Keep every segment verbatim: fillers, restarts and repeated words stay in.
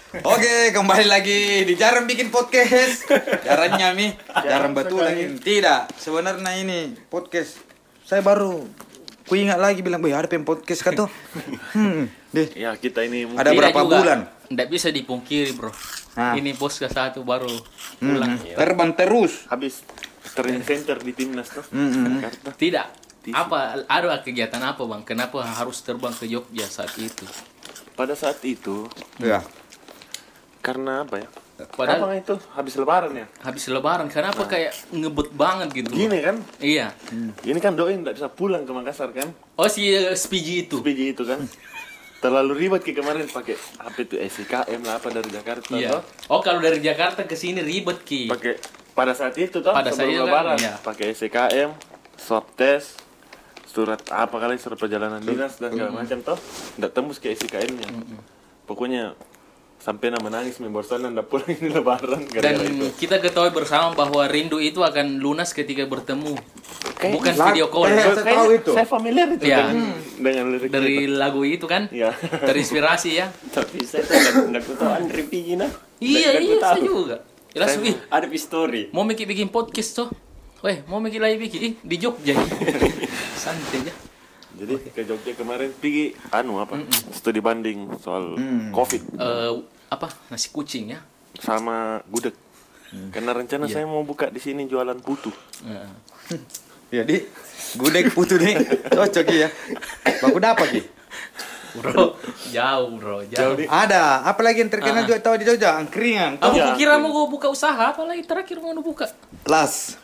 Oke, kembali lagi di Jarang Bikin Podcast. Jarangnya nih, jarang betul lagi. Tidak, sebenarnya ini podcast saya baru ku ingat lagi bilang, "Wih, ada pen podcast kan tuh." Hmm, deh. Ya, kita ini Ada Tidak berapa juga, bulan? Nggak bisa dipungkiri, bro. Nah. Ini podcast satu baru Hmm, pulang. terbang terus. habis training center di timnas tuh. Hmm, Jakarta. Tidak. T V. Apa ada kegiatan apa, Bang? Kenapa harus terbang ke Jogja saat itu? Pada saat itu Ya. karena apa ya? Padahal Kapan itu habis lebaran ya? habis lebaran, kenapa kayak ngebut banget gitu? Gini kan? Iya. Ini kan doi enggak bisa pulang ke Makassar kan? Oh, si uh, S P G itu. S P J itu kan. Terlalu ribet kayak kemarin pakai apa itu S I K M lah apa dari Jakarta Iya. toh. Oh, kalau dari Jakarta ke sini ribet, Ki. Pakai pada saat itu toh Pada saat sebelum itu kan, lebaran iya. pakai S I K M, swab test, surat apa kali surat perjalanan dinas dan segala macam toh. Enggak tembus ke S I K M-nya. Pokoknya sampai nama menangis membosan dan enggak pulang ini lebaran Dan gara-gara itu. kita ketahui bersama bahwa rindu itu akan lunas ketika bertemu. Kayak- Bukan Lah, video call. eh, saya Kayaknya tahu itu. Saya familiar itu Iya. dengan, dengan lirik Dari itu. lagu itu kan? Iya. Terinspirasi ya. Tapi saya tuh nggak nggak tahu Andre Pigina. Iya, iya, saya juga. Ya, langsung, ih, Ada story. mau mikir bikin podcast tuh. Weh, mau mikir lagi bikin, ih, di Jogja. Santai aja. Jadi ke Jogja kemarin pergi anu apa? Studi banding soal Covid Eh, apa? Nasi kucing ya. sama gudeg. Karena rencana saya mau buka di sini jualan putu. Heeh. Jadi, gudeg putu nih. Cocok ya. Baku dapat Ki. Bro, jauh, bro, jauh. Jauh. Ada, apalagi yang terkenal Ah. juga tahu di Jogja, angkringan. Aku Iya. kira mau gua buka usaha, apalagi terakhir mau buka. Las.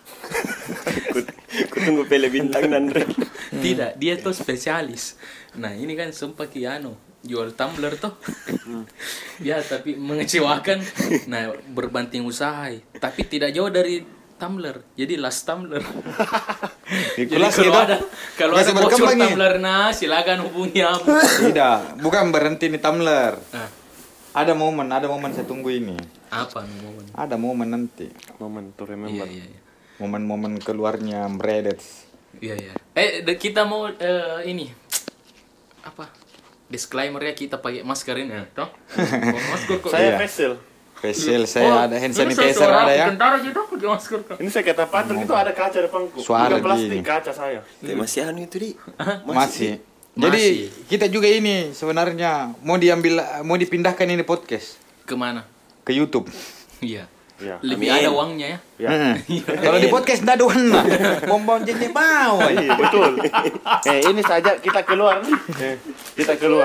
Ku tunggu pele bintang Andre. Tidak, dia tuh spesialis. Nah, ini kan sempat Kiano jual tumbler tuh. Ya, tapi mengecewakan. Nah, berbanting usaha. Tapi tidak jauh dari tumbler. Jadi last tumbler. Di Jadi kelas kalau kita ada kalau masih ada bocor berkembang nih. tumbler, nah silakan hubungi aku. Tidak, bukan berhenti di tumbler. Nah, Ada momen, ada momen saya tunggu ini. apa nih momen? Ada momen nanti. Momen to Iya, remember. iya, iya. Momen-momen keluarnya Breadets. Iya, iya. Eh, de- kita mau eh, ini apa? Disclaimer ya, kita pakai masker ini ya, toh? Bawa masker kok. Saya Iya. facial. Facial saya Oh, ada hand ini saya sanitizer seorang ada ya. tentara gitu pakai masker kok. Ini saya kata Patrick itu ada kaca depanku. Suara Bukan plastik gini. kaca saya. Kayak masih anu itu di. Masih. Masih. Jadi kita juga ini sebenarnya mau diambil mau dipindahkan ini podcast Kemana? ke YouTube. Iya. Iya. Lebih Amin. ada uangnya ya. Ya. Hmm. Kalau di podcast enggak ada warna. Bom-bom jadi mau. Iya, betul. Eh, ini saja kita keluar nih. Eh, kita keluar.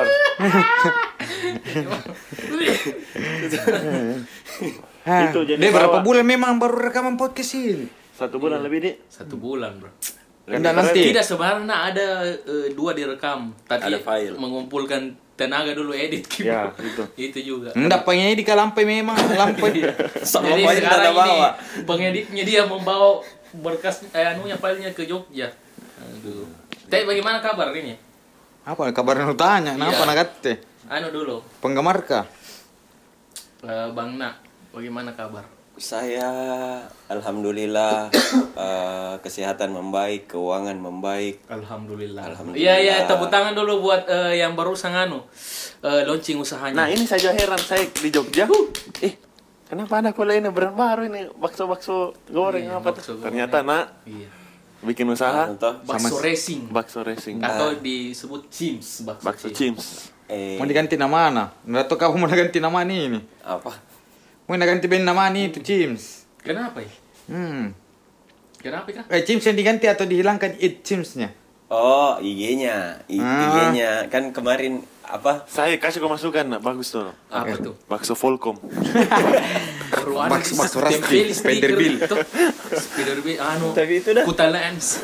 Hah, Itu jadi dia berapa bawa- bulan memang baru rekaman podcast ini? Satu bulan lebih, Dik. Satu bulan, bro. Enggak nanti. Tidak, sebenarnya ada eh, dua direkam, tapi Ada file. mengumpulkan tenaga dulu edit gitu. Ya, itu. Itu juga. Enggak pengen di lampai memang lampai. Sama Jadi file sekarang ada ini bawa. pengeditnya dia membawa berkas eh, anunya filenya ke Jogja. Aduh. Tapi bagaimana kabar ini? Apa kabarnya lu tanya? Kenapa Iya. nak kate? Anu dulu, Penggemar kah? eh, Bang Nak, bagaimana kabar? Saya alhamdulillah eh, kesehatan membaik, keuangan membaik. Alhamdulillah. Alhamdulillah. Iya, iya, tepuk tangan dulu buat eh, yang barusan anu eh, launching usahanya. Nah, ini saja heran saya di Jogja. Eh, kenapa ada kula ini brand baru ini bakso-bakso goreng Iya, apa bakso tuh? goreng. Ternyata nak Iya. bikin usaha Contoh, Bakso Sama- racing bakso racing. atau disebut Chims, bakso, Bakso Chims. Chims. eh, Mau diganti nama mana? Enggak tahu kamu mau ganti nama ini ini. apa? Mau ganti band nama ini itu Chims. Kenapa ya? Hmm. Kenapa ya? Eh Chims yang diganti atau dihilangkan it Chimsnya? Oh, I G-nya. I- Ah. I G-nya kan kemarin apa? Saya kasih kau masukan, nak bagus tuh. Apa tuh? Bakso Volcom. Baru ada Bakso- di bakso tempel Rasti, stiker Peterbilt. itu. Peterbilt, anu. Tapi itu dah. Kuta Lens.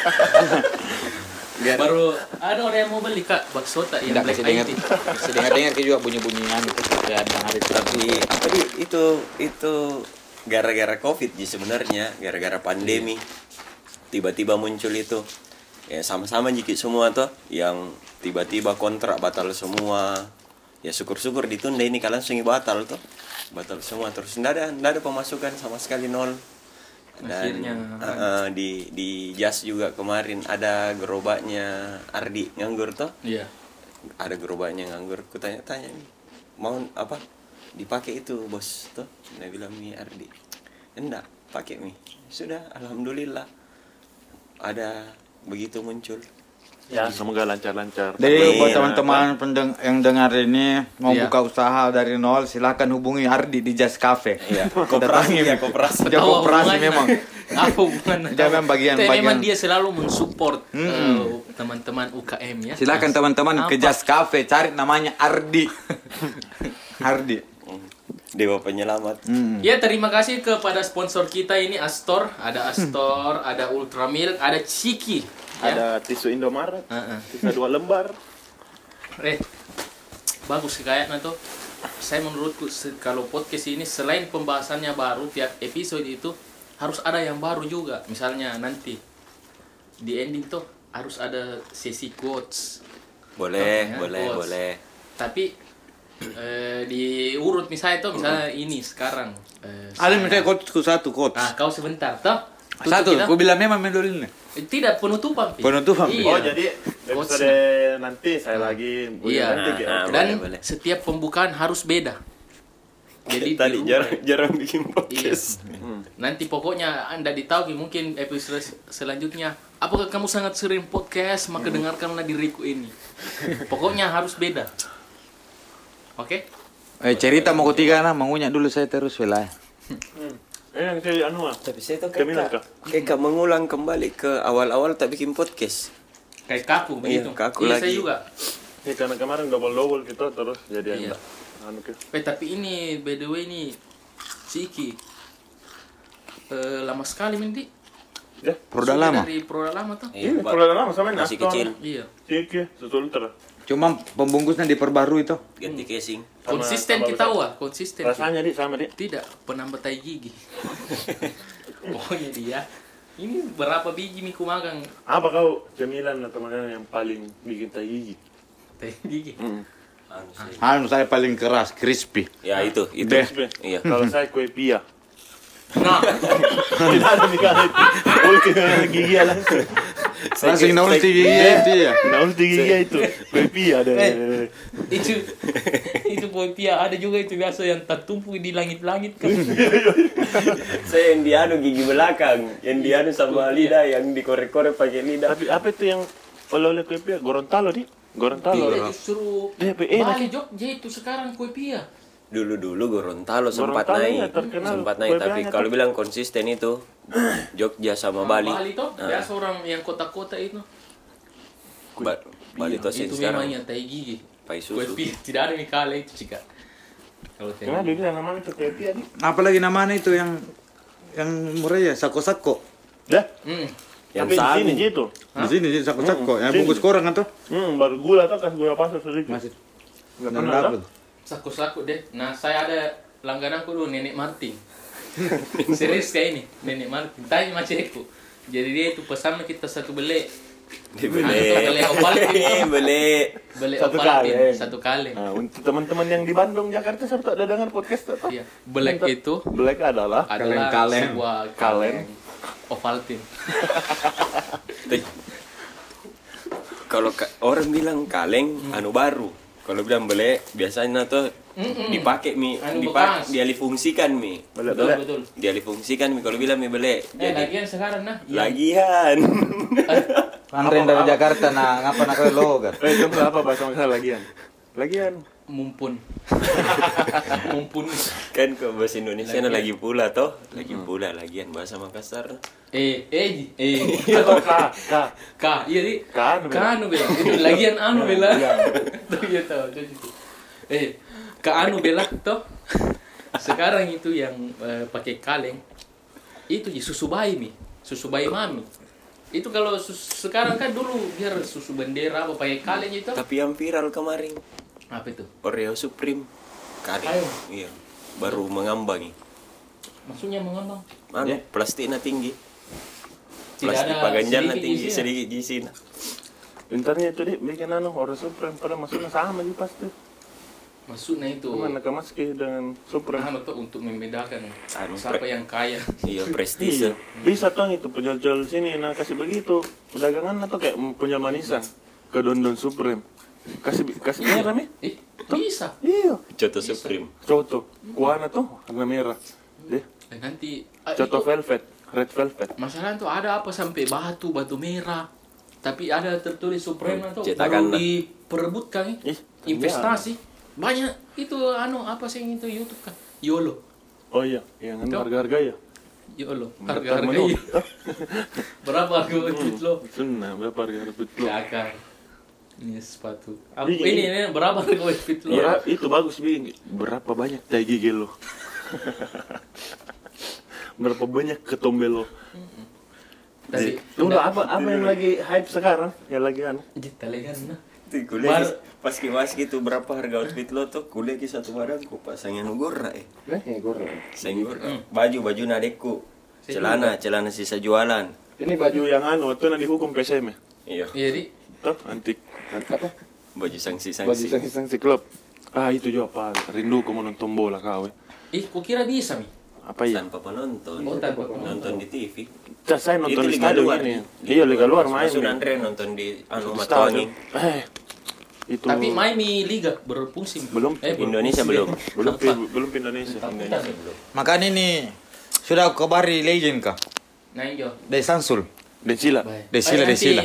Baru ada orang yang mau beli kak bakso tak yang Enggak black kasih dengar. tea. Kasih dengar-dengar juga bunyi-bunyian ya yang ada itu. Tapi apa di itu itu gara-gara Covid sih sebenarnya, gara-gara pandemi. Tiba-tiba muncul itu. Ya sama-sama jikit semua tuh yang tiba-tiba kontrak batal semua. Ya syukur-syukur ditunda ini kalian langsung batal tuh. Batal semua terus enggak ada enggak ada pemasukan sama sekali nol. Dan Akhirnya uh, uh, di di Jas juga kemarin ada gerobaknya Ardi nganggur tuh. Iya. Ada gerobaknya nganggur. Ku tanya-tanya nih. Mau apa? dipakai itu bos tuh. Dia bilang Mi Ardi, enggak pakai Mi. Sudah, alhamdulillah ada begitu muncul. Ya, semoga lancar-lancar. Jadi Amin. buat teman-teman pendeng- yang dengar ini mau Iya. buka usaha dari nol, silakan hubungi Ardi di Just Cafe. Iya, koperasi ya, koperasi. Dia Tahu koperasi hubungannya. memang. Apa hubungannya? Dia memang bagian-bagian. Memang dia selalu mensupport Mm-mm. eh, teman-teman U K M ya. Silakan Nah, teman-teman ke apa? Just Cafe, cari namanya Ardi. Ardi. Dewa penyelamat. Mm. Ya, terima kasih kepada sponsor kita ini Astor, ada Astor, ada Ultramilk, ada Ciki. Ya. Ada tisu Indomaret, Heeh. sisa dua lembar. Eh, bagus kayaknya tuh. Saya menurutku se- kalau podcast ini selain pembahasannya baru tiap episode itu harus ada yang baru juga. Misalnya nanti di ending tuh harus ada sesi quotes. Boleh, Ya, boleh, quotes. boleh. Tapi eh, diurut misalnya tuh misalnya ini sekarang. Eh, Ada saya- misalnya coachku satu coach. Ah, kau sebentar toh. Tutup Satu, kita. aku bilang memang mendolinnya. Eh, Tidak penutupan. Pi. Penutupan, Pi. Iya. Oh, jadi episode nanti saya lagi Iya. nanti Ah, kayak- ah, Dan boleh, boleh. setiap pembukaan harus beda. Jadi Tadi dirubah. jarang jarang bikin Iya. podcast. Nanti pokoknya Anda ditahu Ki, mungkin episode selanjutnya. Apakah kamu sangat sering podcast? Maka dengarkanlah diriku ini. Pokoknya harus beda. Oke? Eh cerita mau ketiga nah, mengunyah dulu saya terus wilayah. Eh, yang saya anu ah. Tapi saya tuh Kemilan kah? kayak kayak mengulang kembali ke awal-awal tak bikin podcast. Kayak kaku begitu. Iya, kaku Iya, saya lagi. juga. Ya, karena kemarin double-double gitu terus jadi Iya. enggak. Anu ke. Eh, tapi ini by the way nih Ciki. Eh, lama sekali Mendi. Ya, Produk Sudah lama. Dari produk lama tuh. ini Pak. produk lama sama Masih Astor. kecil. Iya. Ciki, susu ultra. Cuma pembungkusnya diperbarui tuh. Ganti casing. Sama- Konsisten sama kita besar. wah, konsisten. Rasanya di sama di. Tidak, penambah tai gigi. Pokoknya dia. Ini berapa biji miku magang Apa kau cemilan atau makanan yang paling bikin tai gigi? tai gigi. Hmm. Anu saya. Anu saya paling keras, crispy. Ya itu, itu. Deh. Iya. Kalau saya kue pia. Nah, Tidak ada di kana itu. Ulti gigi langsung. Langsung naul gigi itu ya. Nah, ulti gigi itu. Kue pia ada. Eh. itu itu poipia ada juga itu biasa yang tertumpu di langit-langit kan. Saya yang dianu gigi belakang, yang dianu sama lidah, yang dikorek-korek pakai lidah. Tapi apa itu yang oleh-oleh kue pia? Gorontalo di. Gorontalo. Tidak justru Eh, tapi enak. Bali Jogja itu sekarang poipia. Dulu-dulu Gorontalo sempat Gorontalo naik, ya, terkenal. sempat naik. Kue Tapi pianya kalau tuh. bilang konsisten itu Jogja sama Bali. Bali toh, Nah, biasa orang yang kota-kota itu. Ba- Bali itu sih Itu sekarang. memangnya tai gigi. Pai susu. Poipia tidak ada mikale itu cika. Kalau tai Kenapa gigi. dia bilang namanya itu kue pia di? Apalagi namanya itu yang yang murah ya, sako-sako. Dah. Hmm. Yang Tapi di sini sagu. gitu. Di sini di sako-sako, yang Sini. bungkus koran kan tuh. Hmm, baru gula tuh kasih gula pasir sedikit. Masih. Nggak Dan pernah dapat. Saku-saku deh. Nah, saya ada langgananku dulu Nenek Martin. Serius kayak ini, Nenek Martin. Tanya macamku. Jadi dia itu pesan kita satu beli. Dibeli. Beli Ovaltine. Beli. Beli Satu Ovaltine kali. satu kali. Nah, untuk teman-teman yang di Bandung, Jakarta serta ada dengar podcast tuh. Iya. Black itu Black adalah adalah Kaleng-kaleng. sebuah Kaleng. Ovaltine. Tuh. Kalau ka- orang bilang kaleng, anu baru. Kalau bilang beli, biasanya tuh dipakai mi, Anu dipakai, bekas. dialihfungsikan mi. Boleh, Betul boleh. betul. Dialihfungsikan mi kalau bilang mi beli. Eh, Jadi lagian sekarang nah. iya. lagian. Andren dari Jakarta nah ngapa nak ke logat. Eh, itu apa bahasa Makassar lagian? Lagian. Mumpun. Mumpun. Kan ke bahasa Indonesia Lagian. lagi pula toh, lagi pula lagian bahasa Makassar. Eh, eh, eh. Atau ka, ka. Ka, iya di. Ka anu Ka anu bela. Itu lagian anu bela. Tuh ya tahu tuh itu. Eh, ka anu bela toh. Sekarang itu yang eh, pakai kaleng itu ji susu bayi mi, susu bayi mami. Itu kalau sus- sekarang kan dulu biar susu bendera apa pakai kaleng itu. Tapi yang viral kemarin Apa itu? Oreo Supreme kaleng. Ayo. Iya. Baru mengambang. Maksudnya mengambang. Anu, plastiknya tinggi. Tidak Plastik ada paganjannya sedikit tinggi, isinya. sedikit gizinya. Intarnya itu di bikin anu Oreo Supreme pada maksudnya sama aja pasti. Maksudnya itu. Mana kemaski dengan Supreme. Nah, betul untuk membedakan Anu, siapa pre- yang kaya. Iya, Iya, prestise. bisa tuh itu penjual-jual sini nah kasih begitu. Perdagangan atau kayak punya manisan ke Dondon Supreme. Kasih kasih merah mi. Eh, bisa. Iya. Coto Supreme. Coto. Kuana tuh warna merah. Deh. Eh, nanti ah, Coto itu- velvet, red velvet. Masalah tuh ada apa sampai batu, batu merah. Tapi ada tertulis Supreme tuh Cetakan baru lah. diperebutkan eh. Ih, Investasi. Banyak itu anu apa sih yang itu YouTube kan? YOLO. Oh iya, yang Tuh. harga-harga ya. YOLO. Daftar Harga-harga menu. iya. Berapa harga outfit lo? Sunnah, berapa harga outfit lo? Cakar. Ini sepatu. Apa Iya. ini, ini berapa harga outfit lo? Ya, itu bagus bi. Berapa banyak tai gigil lo? Berapa banyak ketombe lo? Tadi Tunggu apa apa yang lagi hype sekarang? Yang lagi anu? Kita lihat nah. Itu kuliah Bar- pas kimas gitu berapa harga outfit lo tuh kuliah ki satu barang ku pasangnya nugora eh. Eh, goreng. Sayang baju baju nadekku. Celana celana sisa jualan. Ini baju yang anu, waktu nanti dihukum P S M ya? Iya. Iya, Di. Tuh, antik. Apa? Baju sanksi Baju sanksi. sanksi-sanksi klub. Ah, itu juga apa? Rindu aku mau nonton bola kau. eh. Ih, kok kira bisa, Mi? Apa ya? Tanpa penonton. Oh, tanpa penonton. Nonton di T V. Cah, saya nonton Itu di Liga stadion luar, ini. Di- Iya, Liga luar main. Maksud Mi. Andre nonton di anu Di Matuangi. stadion. Eh, itu Tapi main Mi Liga berfungsi. Belum. Eh, berfungsi. Indonesia belum. belum Apa? pi- belum pi Indonesia. Indonesia belum. Makanya nih sudah aku kabari legend kah? Nah, iyo. Dari Samsul. Dan Sila. Baik. Desila, Eh, nanti, Desila.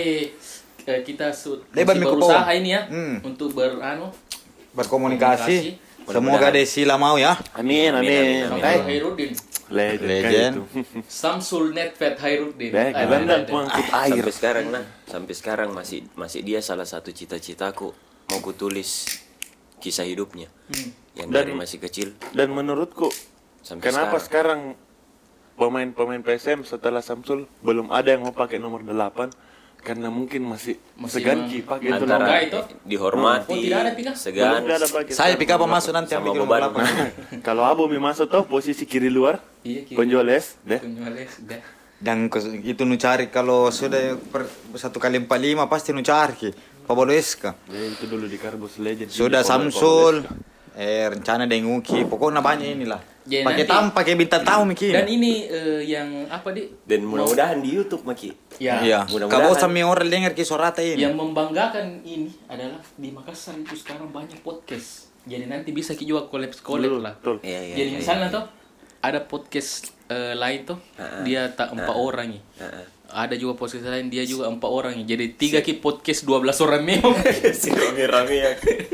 eh, kita su- Lebar masih mi berusaha kupon. ini ya Hmm. untuk beranu Berkomunikasi. Komunikasi. Semoga Desila mau ya. Amin, amin. Amin, Eh, Hairudin, legend. Legend. Kan itu. Samsul Netfet Hairudin. Baik, Ah, Belanda ada, ada. pengangkut air. Sampai sekarang nah, sampai sekarang masih masih dia salah satu cita-citaku mau ku tulis kisah hidupnya Hmm. yang Dan- dari masih kecil Dan menurutku, sampai kenapa sekarang. sekarang pemain-pemain P S M setelah Samsul belum ada yang mau pakai nomor delapan? Karena mungkin masih, Masih segan meng- ki pakai itu Antara- nomor. Enggak, itu. dihormati, Oh, tidak ada, Pika? segan. Belum ada pakai. Saya pika apa masuk nanti Sama yang bikin beban. nomor delapan. Kalau Abu mi masuk tuh posisi kiri luar, Iya, kiri. penjual es, deh. Penjualan sudah. Dan kes- itu nu cari kalau sudah per, satu kali empat lima pasti nu cari ki. Paboloeska. Ya, itu dulu di Karbos Legend. Sudah Di Pablo- Samsul. Pablo Eh rencana denguki. Pokoknya banyak inilah. Ya, Pakai nanti- tam, pakai bintang tamu Miki. Dan ini eh, yang apa di? Dan mudah-mudahan di YouTube Maki. Ya. Iya. mudah-mudahan. Kau sama orang dengar ki sorata ini. Yang membanggakan ini adalah di Makassar itu sekarang banyak podcast. Jadi nanti bisa kita juga collab collab Betul, lah. betul. Iya, iya, Jadi iya, misalnya iya. tuh ada podcast eh, lain tuh Ha-ha. dia tak empat Ha-ha. orang nih. Heeh. Ada juga podcast lain dia juga empat orang nih. Jadi tiga ki podcast dua belas orang memang. Si rame-rame ya.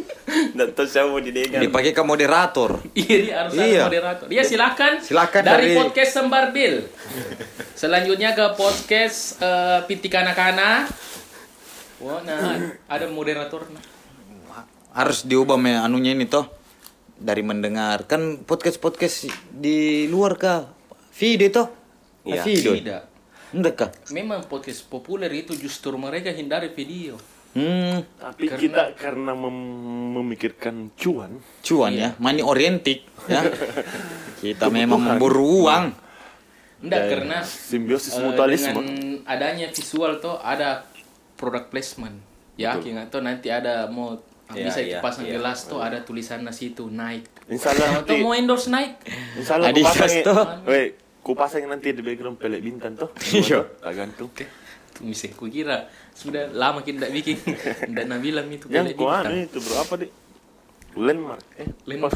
Dan tahu siapa mau didengar. Dipakai ke moderator. Iya, dia harus Iya. ada moderator. Dia silakan. Silakan dari, dari- podcast Sembarbil. Selanjutnya ke podcast eh, Piti Kana-Kana. Wah, nah ada moderator. Nah. Harus diubah me anunya ini toh. Dari mendengar kan podcast-podcast di luar kah? Video toh? Iya. Video. Tidak. Enggak kah? Memang podcast populer itu justru mereka hindari video. Hmm, Tapi kita karena mem- memikirkan cuan, cuan ya, money oriented ya. Kita memang memburu uang. Enggak, Dan karena simbiosis eh, mutualisme. dengan adanya visual tuh ada product placement. Ya, nggak tuh nanti ada mau Iya, bisa iya, pasang iya. gelas tuh ada tulisan situ Nike. insya Allah Atau nanti, mau endorse Nike? insya Allah ku Adidas pasang, tuh. weh, ku pasang nanti di background pelek bintang tuh. Iya. Tak gantung. Tuh bisa ku kira sudah lama kita tidak bikin dan Nabila itu Yang pelek ku anu bintang. itu bro apa di? Landmark. Eh, Landmark.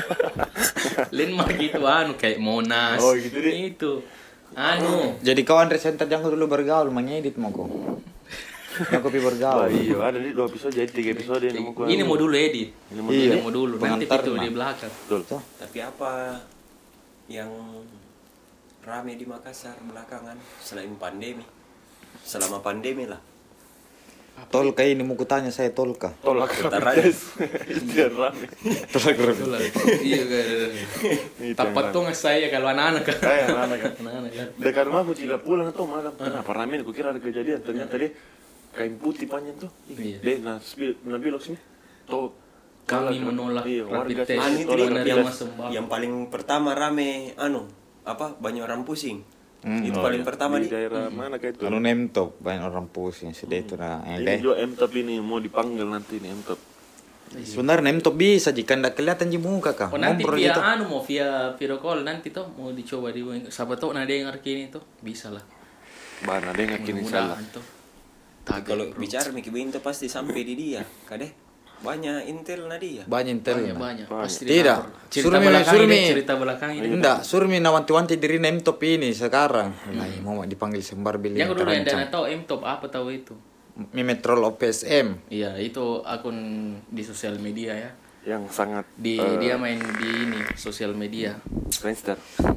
Landmark itu anu kayak Monas. Oh, gitu deh. Itu. Anu. Jadi kau Andre Center jangan dulu bergaul mengedit mau kok. Aku pi oh, bergaul. iya ada di dua episode jadi tiga episode yang mau ku Ini anu. mau dulu edit. Ini mau Iya. Ini mau dulu nanti Pengantar itu mah. di belakang. Betul. Toh. Tapi apa yang rame di Makassar belakangan selain pandemi? Selama pandemi lah. Tolka ini mau kutanya saya Tolka. Tolak Putaran. Itu yang rame. Tolka. Iya kan. Itu Tepat yang tuh nggak saya kalau anak-anak kan. Kayak anak kan. Anak-anak kan. Dekat rumah aku tidak pulang tuh malam. Kenapa rame? Aku kira ada kejadian. Ternyata dia kain putih panjang tuh. Iya. Dia nabil nabil sini. Tuh Kami menolak Iya, rapid warga test. Anu itu Tolak yang, rapid yang, test. yang paling pertama rame anu apa banyak orang pusing. Hmm. Itu Oh, paling iya. pertama di di daerah mana kayak itu? Anu nemtop banyak orang pusing sedih itu nah. Ini Eh, juga M Top ini mau dipanggil nanti nih M Top. sebenarnya nemtop bisa jika ndak kelihatan di muka kah. Oh nanti Ngobrol via gitu. anu mau via video call nanti tuh mau dicoba di siapa tahu ada yang kini tuh bisa lah. Bahan ada yang kini salah. Mudah-mudahan tuh. kalau bicara Miki Binto pasti sampai di dia, kade. banyak intel Nadia. Banyak intel. Banyak banyak. Banyak. Pasti Tidak. dilapor. Cerita Surmi, belakang surmi. ini, cerita belakang ini. Enggak, Surmi nawanti-wanti diri M-Top ini sekarang. Lah, mau dipanggil sembar bilang. Yang dulu yang tidak tahu M-Top apa tahu itu? Mimetrol O P S M. Iya, itu akun di sosial media ya. Yang sangat Di eh, dia main di ini sosial media. Friendster.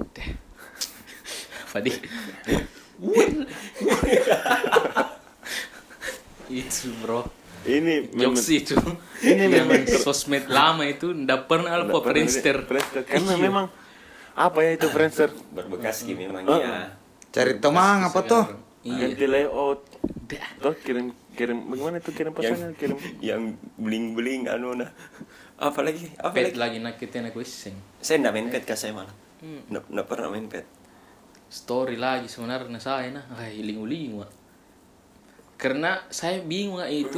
Fadi. Itu bro. Ini Jokes itu. Ini yang memang- sosmed lama itu ndak pernah Nggak alpa pernah Friendster. lihat Friendster. Karena memang apa ya itu Friendster? Berbekas ki memang Oh. ya. Cari temang apa tuh? Iya. Ganti layout. Dah. Tuh kirim kirim bagaimana itu kirim pesannya kirim Yang bling-bling anu nah. Apalagi Pet apalagi. lagi nakitin aku iseng. Saya enggak main pet kah saya malah. Hmm. Enggak enggak pernah main pet. Story lagi sebenarnya saya nah. Ay, iling-uling Wak. Karena saya bingung Wak, itu.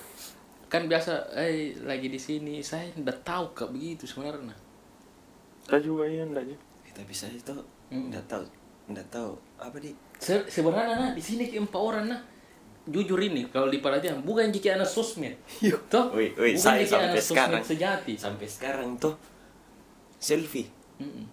Kan biasa eh lagi di sini saya ndak tahu kak begitu sebenarnya. kita juga ya enggak aja. Eh, tapi saya itu Hmm. enggak tahu enggak tahu apa di Se- sebenarnya nah di sini ke empat orang nah. Jujur ini kalau di perhatian bukan jika anak sosmed. Toh? Woi, woi, bukan saya jika sampai anak sosmed sekarang sejati. sampai sekarang tuh selfie. Mm-mm.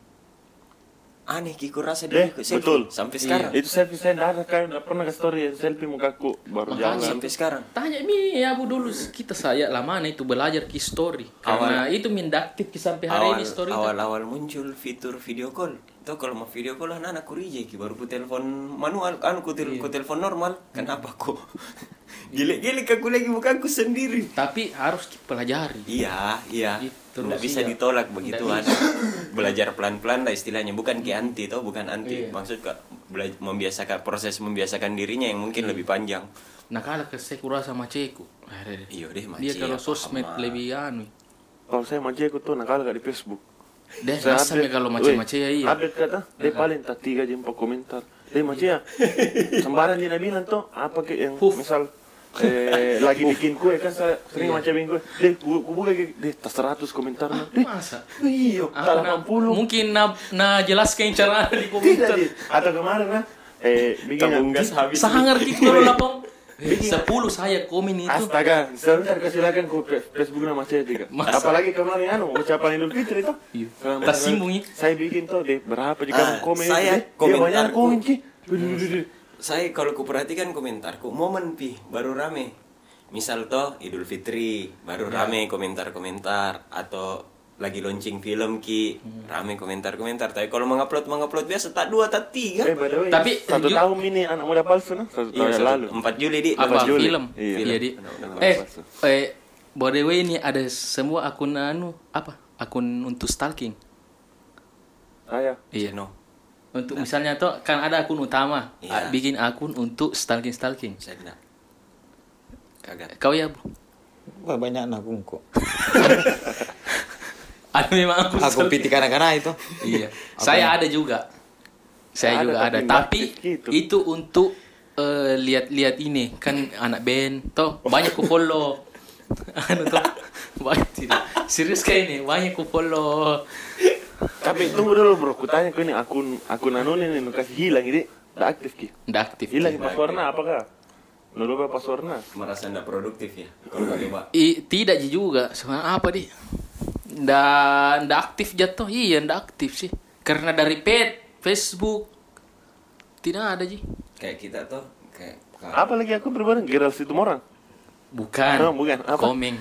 Aneh Kiko rasa Eh, dia ikut selfie betul. sampai Iya. sekarang. Itu selfie saya enggak ada kan enggak pernah ke story selfie mukaku baru Makanya. jalan. Sampai sekarang. Tanya mi ya bu dulu kita saya lama nah itu belajar ki story karena itu mindaktif ki sampai hari Awal ini story itu. awal-awal muncul fitur video call. Tuh kalau mau video call anak aku reject ki baru ku telepon manual anu ku, tel- ku telepon normal. Kenapa kok? Gile-gile aku lagi bukanku sendiri. Tapi harus pelajari. Iya, iya. Itu Nggak bisa iya. ditolak begituan. Nggak Belajar pelan-pelan lah istilahnya, bukan ke anti toh, bukan anti. Iya. Maksud Kak, bela- membiasakan proses membiasakan dirinya yang mungkin lebih panjang. Nah kalau ke saya kurasa sama ceku. Iya deh, Dia Maci, kalau apa, sosmed Hama. lebih anu. Kalau saya maci aku tuh nakal gak di Facebook. Deh Saya masa update- kalau Weh, macam-macam ya iya. Update kata, dia paling tak tiga jam empat komentar. Dia maci ya. Sembarang dia bilang tuh apa ke yang Huf. misal eh lagi bikin kue kan saya sering Iya. macam bikin kue. Deh, gua gua buka ke deh tas seratus komentar. Deh, Masa? iya, Apa tak na- delapan puluh. mungkin na, na jelaskan cara di Tidak, komentar. Dit. Atau kemarin kan eh bikin Tabung gas habis. Sangar gitu kalau lapang. Sepuluh saya komen itu. Astaga, sebentar kesilakan ku fe- Facebook nama saya juga. Masa? Apalagi kemarin anu ucapan Idul Fitri itu. Iya. Selama- Tersinggung ya. Saya bikin tuh deh berapa jika Ah, mau komen saya itu, deh. Dia komentarku- banyak komen ki. Duh, duh, duh, duh. Saya kalau kuperhatikan komentarku momen pi baru rame. Misal toh Idul Fitri baru Ya. rame komentar-komentar atau lagi launching film ki Hmm. rame komentar-komentar. Tapi kalau mengupload mengupload biasa tak dua tak tiga. Eh, by the way, Tapi, satu Ju- tahun ini anak muda palsu nah, satu Iya, tahun yang satu- lalu. empat Juli di Apa Juli. film? Iya. Iya, di. Film. Eh, eh by the way ini ada semua akun anu apa? Akun untuk stalking. Saya. Iya. No, Untuk misalnya tuh kan ada akun utama, Iya. A- bikin akun untuk stalking stalking. saya tidak. Kagak. Kau ya bu? Wah, banyak anak kok. Ada memang akun Aku stalking. pitik anak-anak itu. Iya. Saya ada juga. Saya Ada, juga tapi ada. nggak Tapi aktif gitu. itu untuk eh, lihat-lihat ini kan anak band toh banyak ku follow. Anu toh banyak tidak. Serius kayak ini banyak ku follow. Tapi tunggu dulu bro, kutanya kau ini akun akun anu ini nu kasih hilang ini, tak aktif ki. Nggak aktif. Hilang passwordnya apakah? Nu lupa passwordnya. Merasa tidak produktif ya kalau coba. I, tidak Ji juga. Sebenarnya apa di? Nggak nggak aktif jatuh. Iya nggak aktif sih. Karena dari pet Facebook tidak ada Ji. Kayak kita tuh kayak Apa lagi aku berbareng Gerald situ orang? Bukan. Oh, bukan. Apa? Komeng.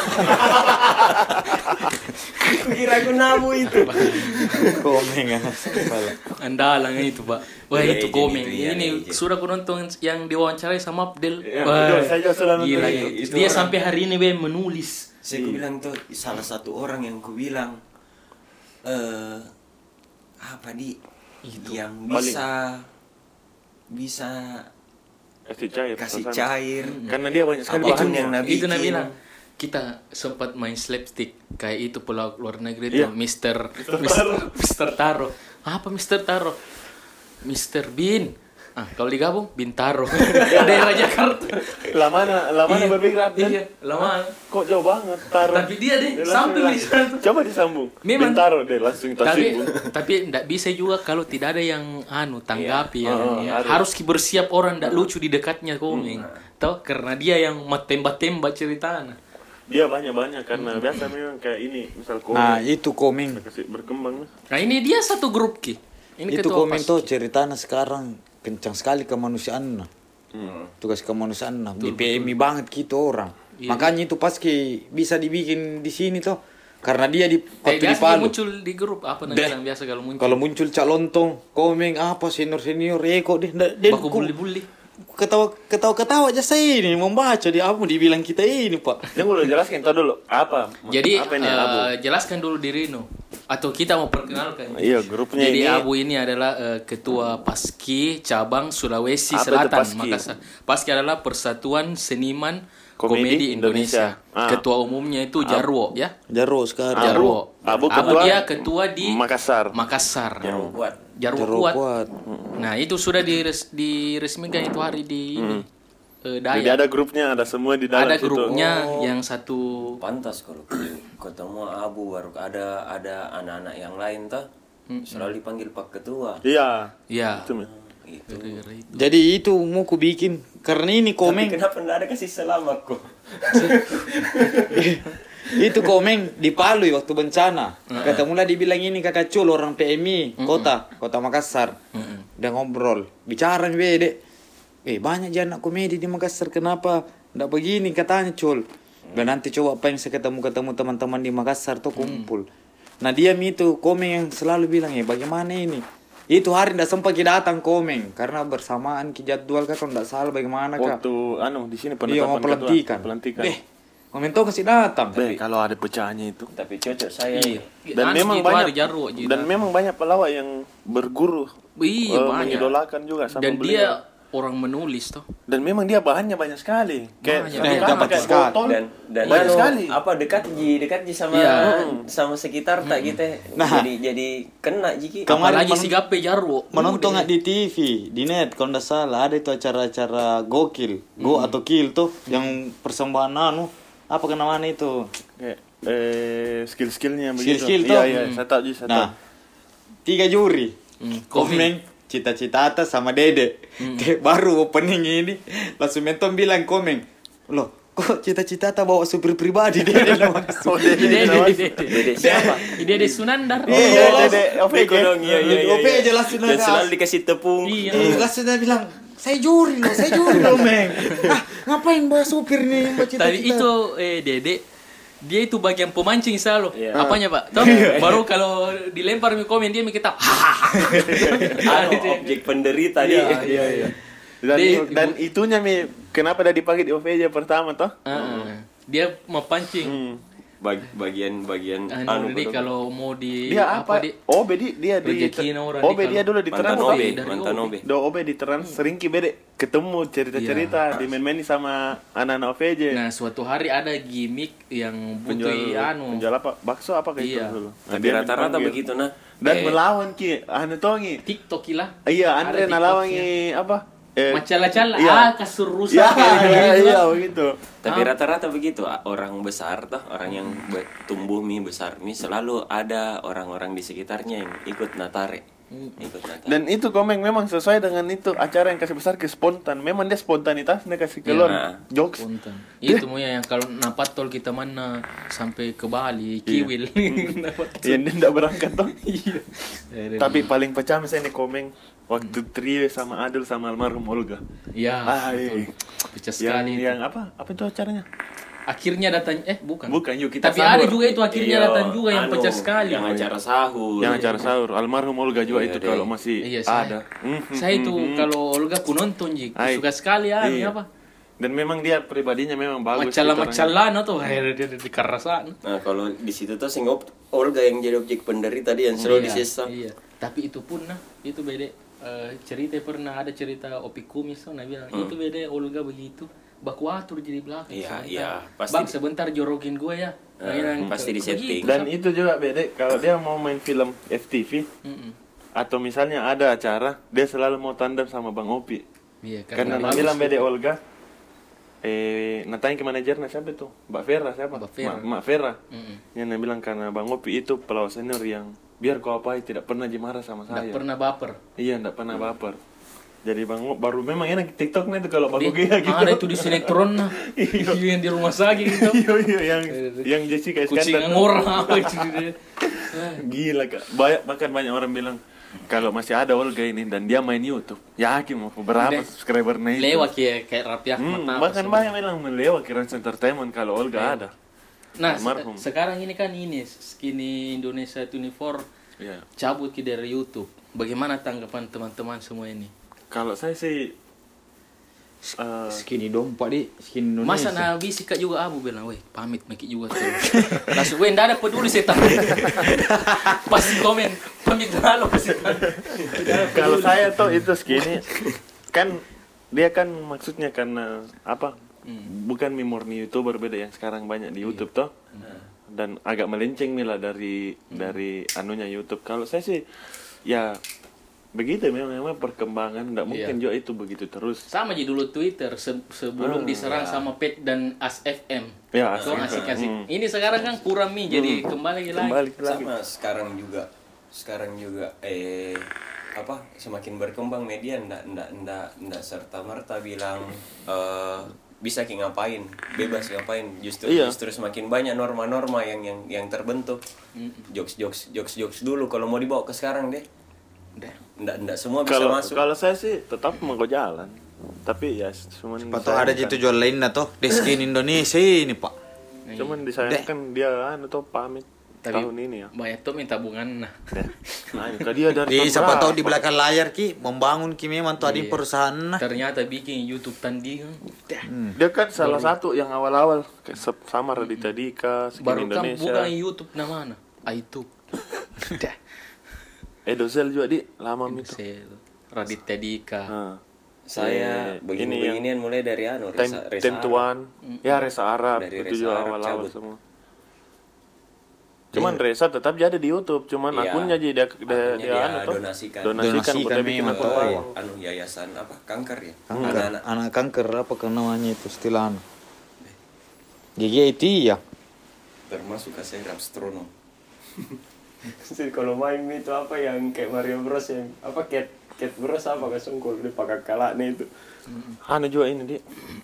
kira aku namu itu. Komeng anak kepala. Andalang itu pak. Wah Iya, itu legend komeng. itu, ya, Ini legend. sudah aku nonton yang diwawancarai sama Abdel. Ya, Wah, betul, saya juga sudah nonton gila, itu. ya. Itu Dia orang- sampai hari ini be menulis. Saya ku bilang tuh salah satu orang yang ku bilang eh apa di Itu. yang Paling. bisa bisa Kasih cair. kasih suasana. cair. Karena dia banyak sekali Apapun bahannya. yang Nabi Itu Nabi bikin. bilang kita sempat main slapstick kayak itu pulau luar negeri Iya. tuh Mister Mister Mister Taro. Apa Mister Taro? Mister Bin. Ah, kalau digabung Bintaro. Daerah Jakarta. Lamana, lamana Iya. berpikir Abdel. Iya, lama. Kok jauh banget taruh. Tapi dia deh, langsung samping bilang, di sana. Coba disambung. Memang. Bintaro deh langsung Tapi tersinggung. tapi enggak bisa juga kalau tidak ada yang anu tanggapi ya. Oh, Ya, harus. harus bersiap orang enggak lucu di dekatnya komeng. Tahu karena dia yang tembak-tembak ceritanya. Iya banyak-banyak karena biasa memang kayak ini misal komeng. Nah, itu komeng. Kasih berkembang. Nah ini dia satu grup ki. Ini Itu ketua komeng Paski. tuh ceritanya sekarang kencang sekali kemanusiaan nah. Hmm. Tugas kemanusiaan nah. Di P M I banget gitu orang. Iya. Makanya itu Paski bisa dibikin di sini tuh. Karena dia di Eh, waktu di biasa dia Palu. muncul di grup apa Deh. namanya biasa kalau muncul. Kalau muncul Cak Lontong, komeng apa senior-senior, eh kok deh. deh Baku kok- bully-bully. Ketawa ketawa ketawa aja saya ini membaca dia apa dibilang kita ini Pak. Yang udah jelaskan tau dulu apa? Jadi apa ini eh, Abu? jelaskan dulu diri no. Atau kita mau perkenalkan. Iya, grupnya Jadi ini. Abu ini adalah eh, ketua Paski cabang Sulawesi Apa itu Selatan Paski? Makassar. Paski adalah Persatuan Seniman Komedi Komedi, Indonesia. Indonesia. Ah. Ketua umumnya itu Jarwo ya. Jarwo sekarang. Jarwo. Abu ketua dia ketua di Makassar. Makassar. Jarwo kuat. Jarwo Jarwo kuat. kuat. Nah, itu sudah dires, diresmikan itu hari di ini. Eh, Jadi Dayak. ada grupnya, ada semua di dalam Ada situ. grupnya yang satu Pantas kalau ketemu Abu baru ada ada anak-anak yang lain tuh selalu dipanggil Pak Ketua. Iya. ya. Itu, Mi. Itu. Jadi itu mau ku bikin karena ini Tapi komeng. kenapa enggak ada kasih selamat kok? Itu komeng di Palu ya, waktu bencana. Ketemulah dibilang ini kakak Cul orang P M I kota, kota Makassar. Udah ngobrol, bicara nih bede. Eh banyak aja anak komedi di Makassar, kenapa ndak begini katanya Cul. Dan nanti coba pengen saya ketemu-ketemu teman-teman di Makassar tuh kumpul. Nah dia itu komeng yang selalu bilang ya bagaimana ini. Itu hari ndak sempat kita datang komeng karena bersamaan ki jadwal kan kalau ndak salah bagaimana kak. Waktu anu di sini Iya mau penetapan pelantikan. ketua. Pelantikan. Eh, komen tuh kasih datang. Beh, kalau ada pecahannya itu. Tapi cocok saya. Iya. Dan Anu memang itu banyak hari Jarwo, Ji. dan memang banyak pelawak yang berguru. Iya, eh, banyak. mengidolakan juga sama Dan beliau. dia orang menulis tuh. Dan memang dia bahannya banyak sekali. Kayak Banyak. satu Eh, kamar dapat kayak sekali. botol. Dan dan banyak anu, sekali. apa dekat ji dekat ji sama Iya. sama sekitar tak gitu. Nah. Jadi jadi kena jiki. Kemarin Apalagi men- si Gape Jarwo. Menonton Uh, nggak di T V, di net kalau nggak salah ada itu acara-acara gokil, go atau kill tuh yang persembahan anu apa kan namanya itu. Kayak eh skill-skillnya begitu. Skill-skill iya, tuh. iya, Hmm. saya tahu juga, saya tahu. Nah, tiga juri. Hmm, Komeng, Cita-Cita Atas sama Dede. Kayak baru opening ini langsung menton bilang Komeng. Loh, kok Cita-Cita Atas bawa supir pribadi Dede nama Oh, Dede, Ide Dede. ide Dede siapa? ide ide Sunandar. Iya, Iya, jelas. Dede, oke, Beko oke. dong, iya iya iya. Oke, iya. jelas sudah Dan gas. selalu dikasih tepung. Iya. Eh, langsung dia bilang, saya juri loh, saya juri loh, Meng. Ah, ngapain bawa supir nih, Mbak Cita-Cita? Tadi itu eh Dede dia itu bagian pemancing selalu. Iya. Apanya, Pak? Tahu? Baru kalau dilempar mi komen dia mi kita. Anu, objek penderita dia. Iya, iya. Dan, Dia- dan itunya Mi, kenapa dia dipakai di O V J pertama toh? Heeh. Dia memancing. Hmm. Bag- bagian-bagian Anu, anu jadi betul. kalau mau di Dia apa? di Oh, Bedi dia di rezekiin orang Oh, di Bedi dia kalau- dulu di mantan Trans. Obe, dari mantan Obe. Obe. Do Obe di Trans sering ki Bede ketemu cerita-cerita di main-main sama anak-anak O V J. Nah, suatu hari ada gimmick yang butuh penjual anu. penjual apa? Bakso apa kayak Iya. itu dulu. Nah, Tapi dia rata-rata dipanggil. begitu nah. Dan Eh. melawan ki anu tongi. TikTok lah. Iya, Andre Ada nalawangi apa? Eh, Macala-cala iya. ah kasur rusak Iya, kayak iya, gitu. iya, begitu. Tapi rata-rata begitu a- orang besar tuh, orang yang be- tumbuh mi besar mi selalu ada orang-orang di sekitarnya yang ikut natare. Ikut natare. Dan itu Komeng memang sesuai dengan itu acara yang kasih besar ke spontan. Memang dia spontanitasnya kasih keluar Iya. jokes. Spontan. Itu mau yang kalau napat tol kita mana sampai ke Bali, Kiwil. Napat tol. Yang dia tidak berangkat toh. Iya. Tapi paling pecah misalnya nih Komeng waktu trio sama Adul sama almarhum Olga. Iya. Ah, betul. iya. Pecah Yang sekali. itu. yang apa? Apa itu acaranya? Akhirnya datang eh bukan. Bukan, yuk kita Tapi sahur. ada juga itu akhirnya Iya, datang juga yang anu, pecah sekali. Yang acara sahur. Yang acara sahur almarhum Olga juga Iya, itu deh. kalau masih Iya, saya. ada. Mhm, Saya itu mhm. kalau Olga ku nonton Ji, Ai. suka sekali ya Iya. apa? Dan memang dia pribadinya memang bagus. gitu orangnya. Macala-macalana tuh akhirnya dia di karasan. Nah, kalau di situ tuh sing op- Olga yang jadi objek penderita dia yang selalu Iya, disisa. Iya. Tapi itu pun nah, itu beda eh, cerita pernah ada cerita Opi Kumis tuh nah bilang itu beda Olga begitu. Baku atur jadi belakang. Iya, sebentar. iya, pasti. Bang sebentar jorokin gue ya. Eh, Akhirnya pasti ke- disetting. begitu, Dan Sam. itu juga beda kalau dia mau main film F T V Mm-mm. atau misalnya ada acara, dia selalu mau tandem sama Bang Opi. Iya, Karena bagus bilang tuh. beda Olga. Eh, natanya ke manajernya siapa tuh? Mbak Vera siapa? Mbak Vera. Ma- Mak Vera. Mm-mm. Yang dia bilang karena Bang Opi itu pelawak senior yang biar kau apa tidak pernah marah sama Nggak saya. pernah baper. Iya, enggak pernah baper. Jadi Bang Mo baru memang enak TikToknya itu kalau Bang Dia- Gea gitu. ada itu di sinetron nah. Iya. Yang di rumah sakit gitu. Iya iya yang yang Jessica Kucing Iskandar. orang apa itu dia. Gila Kak. Banyak bahkan banyak orang bilang kalau masih ada Olga ini dan dia main YouTube, yakin mau berapa Deh. subscribernya itu. Lewat kayak kayak Raffi Ahmad Hmm, apa bahkan sebenarnya. banyak bilang melewat Rans Entertainment kalau Olga ada. Nah, se- Almarhum. sekarang ini kan ini Skinny Indonesia dua puluh empat Iya. cabut ke dari YouTube. Bagaimana tanggapan teman-teman semua ini? Kalau saya sih eh, Skinny dong Pak di Skinny Indonesia. Masa nah bisi kak juga abu bilang, weh pamit maki juga tuh. Langsung weh ndak ada peduli setan. Pasti komen pamit lalu setan. kalau saya tuh itu Skinny kan dia kan maksudnya karena apa? Bukan murni YouTuber beda yang sekarang banyak di YouTube toh. Dan agak melenceng nih lah dari dari anunya YouTube. Kalau saya sih ya begitu memang, memang perkembangan nggak mungkin Iya. juga itu begitu terus. Sama aja dulu Twitter se- sebelum Ah, diserang sama Pet dan As F M. Ya, Tuh As F M. asik-asik. Hmm. Ini sekarang kan kurang nih jadi kembali lagi. Kembali lagi. Sama sekarang juga sekarang juga eh apa semakin berkembang media ndak ndak ndak ndak serta merta bilang eh bisa ki ngapain bebas ngapain justru Iya. justru semakin banyak norma-norma yang yang yang terbentuk jokes jokes jokes jokes dulu kalau mau dibawa ke sekarang deh Udah. ndak ndak semua bisa Kalau masuk. kalau saya sih tetap mau jalan. Tapi ya cuman Patut ada gitu jual lain nah toh di Skinny Indonesia ini Pak. Cuman disayangkan dia anu tuh pamit Tapi tahun ini ya. banyak tuh minta tabungan nah. Nah, ini kan dia dari Di tahun siapa tahu berapa? di belakang layar ki membangun ki memang tuh ada Iya. perusahaan nah. Ternyata bikin YouTube tandingan. Dah. Dia kan salah satu yang awal-awal kayak se- sama Raditya Dika, Skin Baru kan Indonesia. bukan YouTube namanya. YouTube. Dah. Edozel juga di lama itu. Saya Raditya Dika. Nah, Saya eh, begini ini yang beginian mulai dari anu Time, Resa Resa Time to Arab. One. Ya Resa Arab Dari itu Resa juga Arab awal-awal cabut. semua. Cuman Resa tetap jadi di YouTube, cuman Iya. akunnya jadi dia dia, Akunnya dia dia anu tuh. donasikan. Donasikan Donasikan buat dia bikin memang akun tuh, baru. iya. Anu yayasan apa kanker ya Kanker. anak-anak Anak kanker apa kan namanya itu istilahnya. G G I T ya. termasuk kasih Rapstrono. Jadi kalau main itu apa yang kayak Mario Bros yang apa cat cat Bros apa kesungkul dia pakai kalaknya itu. Anu juga ini, Di.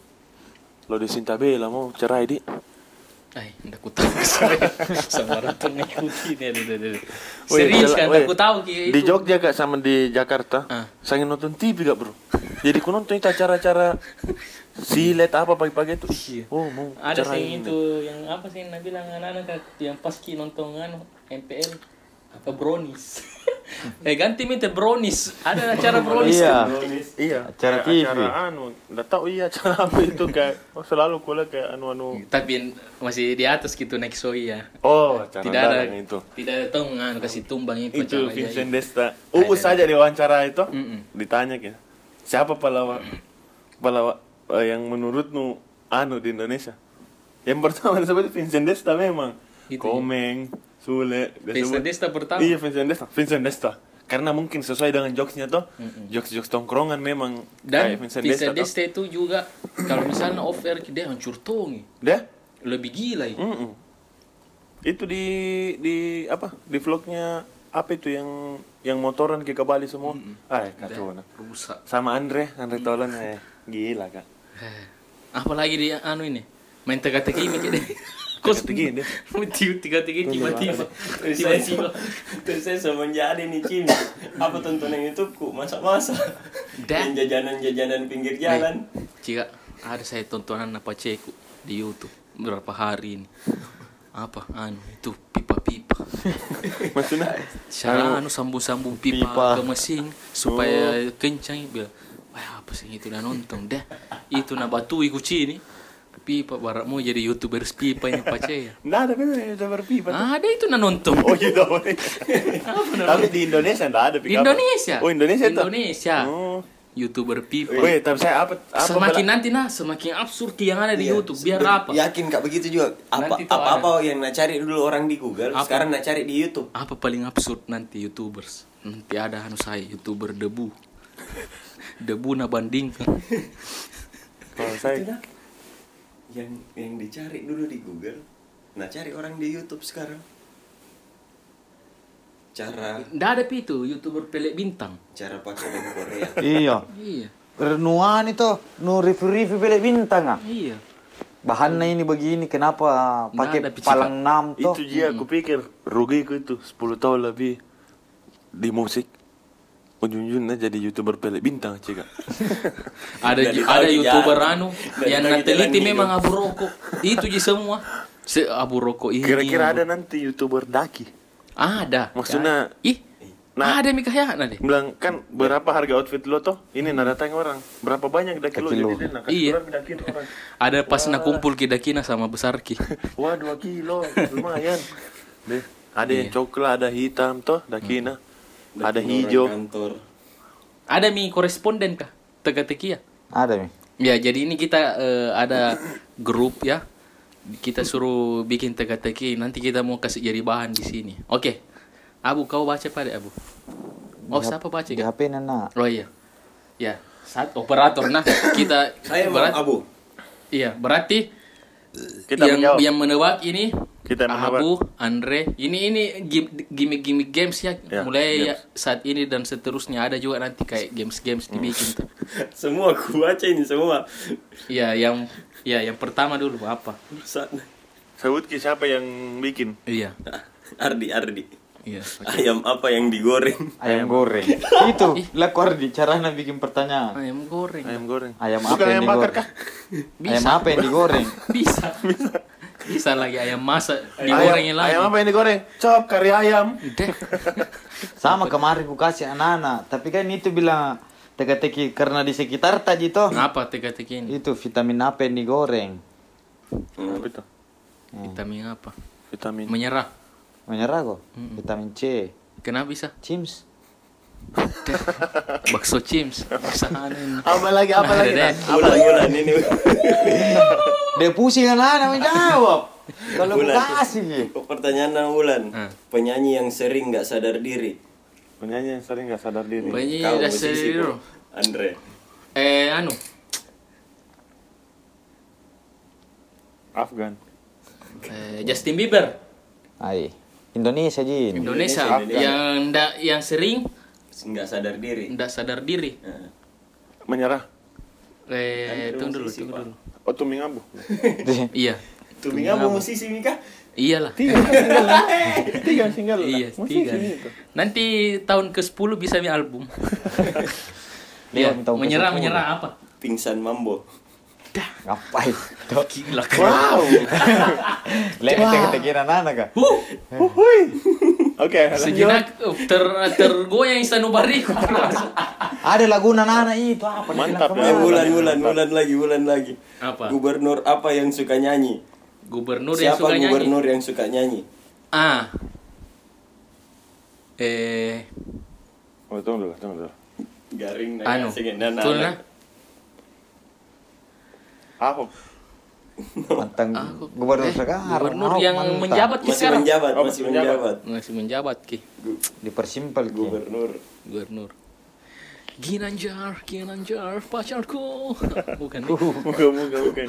Lo di Sinta Bella mau cerai, Di. Ay, ndak ku tahu saya. Sama ratu ngikutin ya. Duh, duh, duh. Weh, Serius jela- kan weh, ndak ku tahu ki Di itu. Jogja Kak sama di Jakarta. Ah. Saya nonton T V Kak, Bro. Jadi ku nonton itu acara-acara silet apa pagi-pagi itu. Iya. Oh, mau Ada cerai sih ini. itu yang apa sih Nabi bilang anak-anak Kak, yang pas ki nonton anu M P L apa brownies. eh ganti minta brownies. Ada acara brownies. Iya. Iya, Acara kayak T V. Acara anu, enggak tahu iya acara apa itu kayak oh, selalu kula kayak anu-anu. Tapi masih di atas gitu naik soi ya. Oh, acara Tidak ada dagang itu. Tidak ada tahu nganu kasih tumbang itu Itu acara, Vincent ya. Desta. Uus saja di wawancara itu. Mm-mm. Ditanya kan, siapa pelawak pelawak eh, yang menurutmu anu di Indonesia? Yang pertama disebut Vincent Desta memang. Itu, Komeng, Sule, dia Vincent sebut- Desta pertama. Iya, Vincent Desta. Vincent Desta. Karena mungkin sesuai dengan jokesnya tuh, jokes-jokes tongkrongan memang Dan kayak Vincent Vincent Desta. Desta itu juga kalau misalnya off air dia hancur tongi. Deh? Lebih gila ya. Mm-mm. Itu di di apa? Di vlognya apa itu yang yang motoran ke Bali semua? Ah, kacau nah. Rusak. Sama Andre, Andre Tolan eh gila Kak. Apalagi dia anu ini. Main teka-teki mikir deh. Kos Teka-teki dia. Tiup teka-teki tiba-tiba. Terus saya Tiba-tiba. terus saya semenjak ada nih Cini apa tontonan YouTubeku masak-masak Dah. yang jajanan-jajanan pinggir jalan. Jika ada saya tontonan apa ceku di YouTube beberapa hari ini. Apa anu itu pipa-pipa. Maksudnya Cara anu sambung-sambung pipa, Pipa. ke mesin supaya kencang biar wah apa sih itu udah nonton dah. Itu na batu ikut ini. Pipa barak mau jadi YouTuber pipa ini pace ya. enggak ada kan ada berpipa. tuh. Ada itu na nonton. Oh gitu. Tapi di Indonesia enggak ada pipa. Indonesia. Oh, Indonesia tuh. Indonesia. Oh. YouTuber pipa. Weh, tapi saya apa apa Semakin bela- nanti nah semakin absurd yang ada di Iya. YouTube biar Ber- apa? Yakin Kak begitu juga. Apa Nanti tuh apa, apa yang nak cari dulu orang di Google, Apa? sekarang nak cari di YouTube. Apa paling absurd nanti YouTubers? Nanti ada anu saya YouTuber debu. Debu na bandingkan. kalau Itu saya dah. Yang yang dicari dulu di Google, nah cari orang di YouTube sekarang. Cara Nggak ada pi itu YouTuber pelek bintang. cara pakai lagu Korea. Iya. Iya. Renuan itu, nu review-review pelek bintang ah. Iya. Bahannya ini begini, kenapa pakai ada, Pi, palang enam toh? Itu dia aku pikir rugiku itu sepuluh tahun lebih di musik. Ujung-ujungnya jadi YouTuber pelek bintang, cika. Ada Dari ju- ada tahu YouTuber jalan. anu Dari yang tahu nateliti jalan memang hidup. abu rokok. Itu je semua. Se abu rokok ini. Kira-kira abu- ada nanti YouTuber daki. Ada. Maksudnya Ih. Nah. ada Mika ya deh. bilang kan berapa harga outfit lo toh? Ini nada tanya orang. Berapa banyak daki lo? Daki lo. Jadi dia nak kasih Iya. orang daki orang. Ada pas nak kumpul kidakina sama besar ki. Wah dua kilo lumayan. Deh, ada yang Iya. coklat, ada hitam toh dakina. Ada Orang hijau. kantor. Ada mi koresponden kah? Teka-teki ya? Ada nih. Ya, jadi ini kita eh, ada grup ya. Kita suruh bikin teka-teki. Nanti kita mau kasih jadi bahan di sini. Oke. Abu, kau baca pada Abu. Oh, siapa baca Di kan? H P nana. Oh iya. Ya, saat operator nah kita Saya mau berat- Abu. Iya, berarti Kita yang menjawab. yang menebak ini Kita yang menebak. Abu, Andre. Ini ini gim- gimmick-gimmick games ya. Ya, Mulai games. ya, saat ini dan seterusnya ada juga nanti kayak games-games dibikin tuh. Semua aku baca ini semua. Iya, yang ya yang pertama dulu apa? Saat Sebut ki siapa yang bikin? Iya. Ardi Ardi. Iya. Ayam apa yang digoreng? Ayam goreng. Itu laku di caranya bikin pertanyaan. Ayam goreng. Ayam goreng. Ayam Bukan apa yang ayam bakar digoreng? kah? Ayam apa yang digoreng? Bisa. Bisa. Bisa lagi ayam masak Ayam, digorengin lagi. ayam apa yang digoreng? Cop kari ayam. Deh. Sama kemarin ku kasih anak-anak, tapi kan itu bilang teka-teki karena di sekitar tadi toh. Apa teka-teki ini? Itu vitamin apa yang digoreng? Apa itu? Vitamin apa? Vitamin. Menyerah. Menyerah kok. Vitamin C. Kenapa bisa? Chims. Bakso chims. Kesahanin. Apa lagi? Apa Nah, lagi? ada Nas? deh. Bulan-bulan ini. Dia pusing anak-anak menjawab. Kalau ku Bulan. kasih. Pertanyaan nang Bulan. Hmm. Penyanyi yang sering nggak sadar diri. Penyanyi yang sering nggak sadar diri. Banyak Kau dasar musisi, dulu. Bro. Andre. Eh, anu. Afgan. Eh, Justin Bieber. Ai. Indonesia Jin. Indonesia, Indonesia. yang ndak yang sering Nggak sadar diri. ndak sadar diri. Nah, Menyerah. Eh, Kan tunggu dulu, musisi, tunggu Pak. dulu. Oh Tuming Abu. Iya. Tuming apa musisi Mika? Iyalah. Tiga single. Tiga single. Iya, Musisi tiga. itu. Nanti tahun ke sepuluh bisa mi album. Dia Iya, minta ke menyerah sepuluh. menyerah apa? Pingsan Mambo. Ngapain? Tuh. Gila. Wow. Lagi teka-teki anak-anak kah? Hui. Oke, lanjut. Sejenak uh, ter tergoyang sanubariku. Ada lagu anak-anak itu apa? Mantap, Dia bilang ya. Eh, kemana? bulan, bulan, bulan lagi, bulan lagi. Apa? Gubernur apa yang suka nyanyi? Gubernur yang Siapa suka nyanyi. gubernur yang suka nyanyi? Ah. Eh, Oh, tunggu dulu, tunggu dulu. Garing anu. nana. Tulna. Ahok. Mantan Aku- gubernur eh, sekarang. Gubernur Ahok yang mantan. menjabat ki Masih sekarang. menjabat, Oh, masih masih menjabat. menjabat. Masih menjabat ki. Gu- Dipersimpel ki. Gubernur. Gubernur. Ginanjar, Ginanjar, pacarku. Bukan. nih. Bukan, bukan, bukan.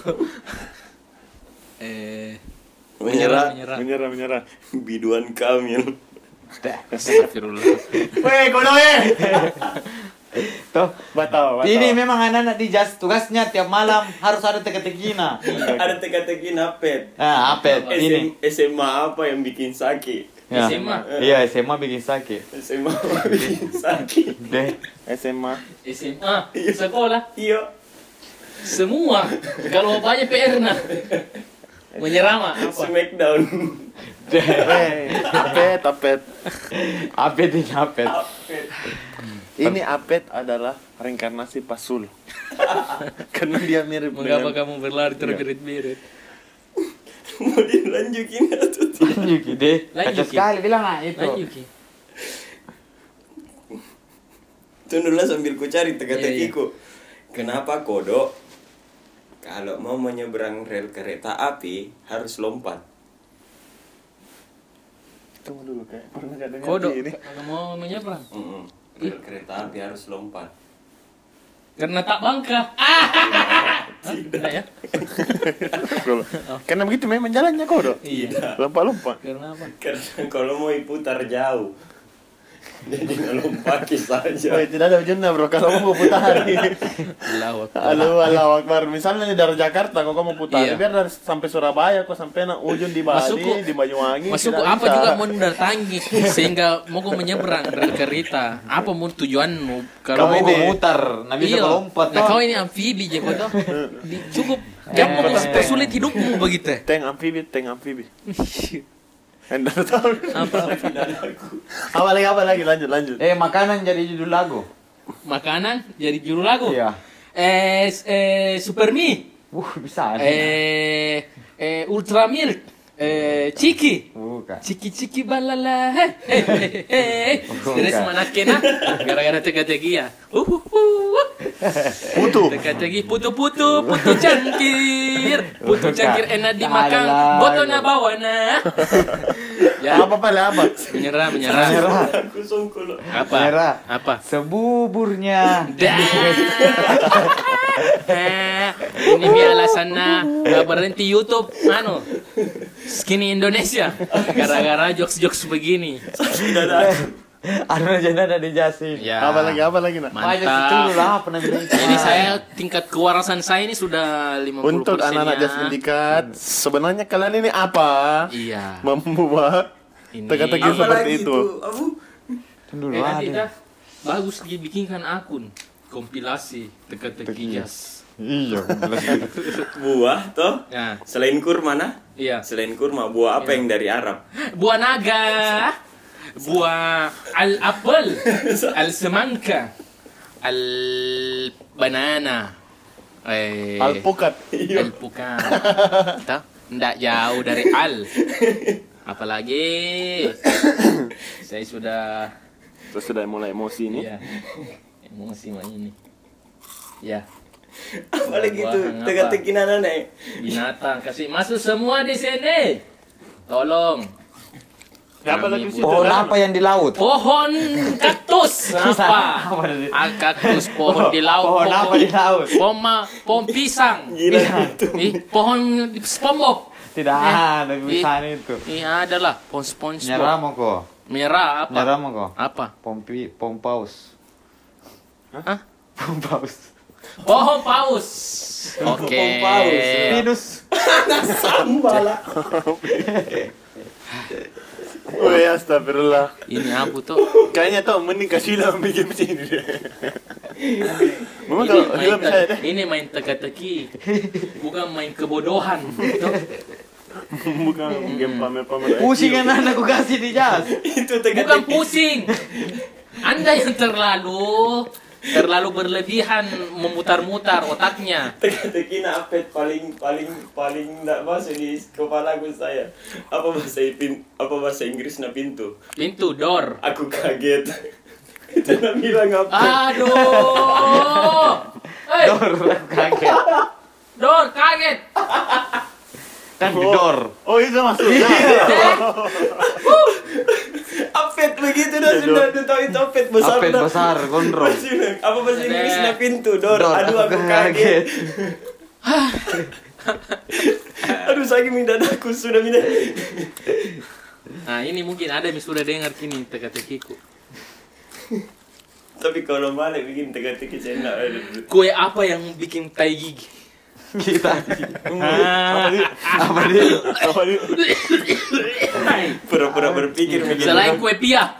Eh, Menyerah. menyerah. Menyerah, menyerah. Biduan Kamil. Astagfirullah. Weh, kodoe. Tuh. Batal, batal. Ini memang anak-anak di jas tugasnya tiap malam harus ada teka-tekina. Ada teka-teki napet. Nah, apa ini? S M A apa yang bikin sakit? Ya. S M A. Iya, S M A bikin sakit. S M A apa bikin sakit? Deh. S M A. S M A, sekolah, Iya. semua. Kalau banyak P R nah. Menyerah mah apa? Smackdown. Weh, apet, apet. Apa ini apa? Ini apet adalah reinkarnasi Pasul. Karena dia mirip Mengapa dengan kamu berlari terbirit-birit? Mau dilanjutin atau tidak? Lanjut deh. Lanjut, Kacau Ki. sekali bilang ah itu. Lanjut Ki. Tunduklah sambil ku cari Iya, teka-tekiku. Kenapa kodok kalau mau menyeberang rel kereta api harus lompat? Tunggu dulu, kayak pernah gak dengar Kodok, ini. kalau mau menyeberang. Mm-mm. Rel kereta api harus lompat. Karena tak bangka. Ah! Tidak ya? Kalau- Karena begitu memang jalannya kodok. Iya. Lompat-lompat. Karena apa? Karena kalau mau diputar jauh. Jadi ngelompati saja. Woi, tidak ada ujungnya bro, kalau mau putar. Allahu Akbar. Halo, Allahu Akbar. Misalnya nih dari Jakarta, kok kamu putar, Iya. biar dari sampai Surabaya, kok sampai na ujung di Bali, Masukku- di Banyuwangi. Masuk tidak apa bisa. juga mau mendatangi sehingga mau kau menyeberang dari kereta. Apa mau tujuanmu? Kamu Kalau mau mutar, nah bisa Iya. lompat Nah, toh. kau ini amfibi je kau toh. Di- Cukup. Jangan mau persulit hidupmu begitu. Tank amfibi, tank amfibi. Anda tahu? Apa? Apa lagi, apa lagi? Lanjut, lanjut. Eh, makanan jadi judul lagu. Makanan jadi judul lagu. Iya. Eh, s- eh Super Mie. Uh, bisa. Eh, eh Ultra Milk. Eh, Ciki. Bukan. Ciki ciki balala. Hei, hei, hei, hei. Bukan. Dari semana kena. Gara-gara teka-teki ya. Uh, uh, uh. Putu. Teka-teki putu-putu, putu cangkir. Putu Bukan. cangkir enak dimakan. Alah. Botolnya bawa nah. Ya, Apa pala apa? menyerah, menyerah. Merah. Aku sungkul. Apa? Merah. Apa? Sebuburnya. Dah. Eh, ini dia alasannya nggak berhenti YouTube, anu, Skinny Indonesia, gara-gara jokes-jokes begini. Anu aja ada di Jasin. Ya. Apa lagi, apa lagi nak? Wajah itu Mantap. lah apa namanya? Ini saya tingkat kewarasan saya ini sudah lima puluh Untuk persen anak-anak ya. Just Indikat, sebenarnya kalian ini apa? Iya. Membuat Ini- teka-teki Apa seperti itu. Abu? Tunggu Eh, nanti ada. dah bagus dibikinkan akun kompilasi teka-teki Jas. Iya. Buah toh? Ya, Selain kurma nah? iya. Selain kurma, buah apa yang dari Arab? Buah naga, buah al apple, al semangka, al banana, eh, Alpukat. alpukat. Tahu? Nggak jauh dari al. Apalagi saya sudah Terus sudah mulai emosi ini. ya emosi mah ini. Ya, Apalagi itu Buah apa? teka-teki nana nih. binatang kasih masuk semua di sini. Tolong. Apa Kami lagi sih? Pohon apa yang di laut? Pohon kaktus apa? Apa tadi? Ah, kaktus pohon di laut. Pohon apa di laut? Pohon ma- pohon pisang. Gila itu. Ih, pohon SpongeBob. Tidak Eh, ada i- bisa itu. Iya ada lah pohon SpongeBob. Nyerah mau kok. Merah apa? Nyerah mau kok. Apa? Pompi, pompaus. Hah? Pompaus. Pohon paus. Oke. Pohon paus, Minus. Sambala. Oh ya, astagfirullah. Ini apa tuh? Kayaknya tau mending kasih lah bikin sini deh. Memang Ini kalau main, Hila bisa te- deh. ini main teka-teki, bukan main kebodohan. Tuh. Bukan game pamer-pamer. Pusing kan aku kasih di jas. Itu Bukan teka-teki. pusing. Anda yang terlalu terlalu berlebihan memutar-mutar otaknya. Teka-teki na apet paling paling paling nggak masuk di kepala gue saya. Apa bahasa pin apa bahasa Inggris na pintu? Pintu door. Aku kaget. Itu na bilang apa? Aduh. Hei, Dor, aku kaget. door kaget. Kan di dor. Oh itu maksudnya. Apet begitu dah sudah tuh tahu itu apet besar. Apet dah. besar, gondrong. Masih bilang, apa bahasa Inggris na pintu? Dor. Dor, Aduh aku kaget. Aduh saking minta aku sudah minta. Nah, ini mungkin ada yang sudah dengar kini teka-tekiku. Tapi kalau balik bikin teka-teki saya enggak ada. Kue apa yang bikin tai gigi? Kita. Ah. Apa dia? Apa dia? Pura-pura berpikir bikin. Selain kue pia.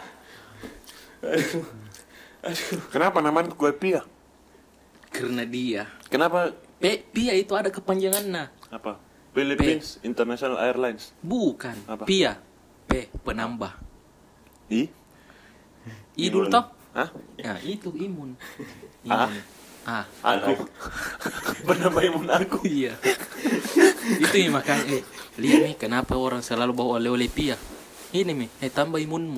Kenapa namanya kue pia? Karena dia. Kenapa? P, pia itu ada kepanjangannya. Apa? Philippines International Airlines. Bukan. Apa? Pia. P, penambah. I? Idul Imun. toh? Hah? Ya, itu imun. Ah? Imun. Ah. Aku. Penambah imun aku. Iya. Itu yang makanya. Eh, lihat nih, kenapa orang selalu bawa oleh-oleh pia? Ini nih, eh tambah imunmu.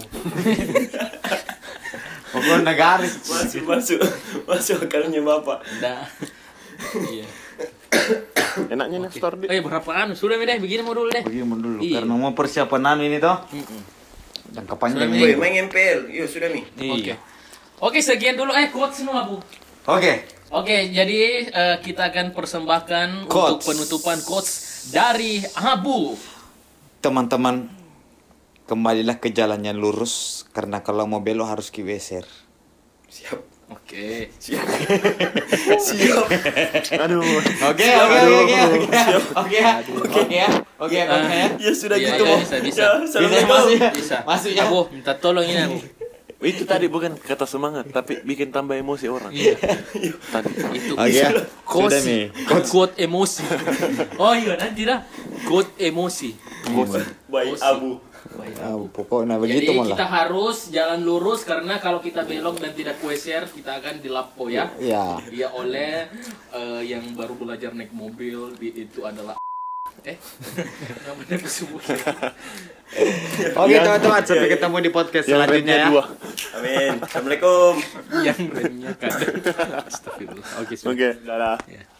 Pokoknya garis. Masuk masuk masuk akalnya bapak. Dah. Iya. Enaknya nih store di. Eh, berapa anu? Sudah deh, begini mau dulu deh. Begini dulu Iya. karena mau persiapan anu ini toh. Mm-mm. Jangka panjang Sudah, Woi ini. main M P L. Yuk sudah mi. Oke. Iya. Oke, sekian dulu eh quotes semua, Bu. Oke. Oke, jadi eh, kita akan persembahkan untuk Quotes. penutupan quotes dari Abu. Teman-teman kembalilah ke jalan yang lurus karena kalau mau belok harus kiweser. Siap. Oke. Siap. Siap. Aduh. Oke, oke, oke, oke, oke, oke, ya, oke ya, oke ya, oke ya. Ya sudah Iya, gitu, iya, Mo. bisa, bisa. Ya, Bisa Assalamualaikum. masuk ya, Bisa. masuk ya. Abu, minta tolong ini Abu. Itu tadi bukan kata semangat, tapi bikin tambah emosi orang. Iya. Tadi. Itu Oke ya, Quote- sudah nih. quote emosi. Oh iya nanti dah. Quote emosi. Baik Abu. Ah, pokoknya Jadi begitu malah. kita harus jalan lurus karena kalau kita belok dan tidak kueser kita akan dilapo ya. Ya. Ya oleh eh, yang baru belajar naik mobil di- itu adalah eh namanya disebut. Oke teman-teman, sampai ketemu di podcast Yang selanjutnya remnya ya. dua. Amin. Assalamualaikum. Yang remnya kadang. Astagfirullah. Oke, sudah. Oke, dadah. Ya.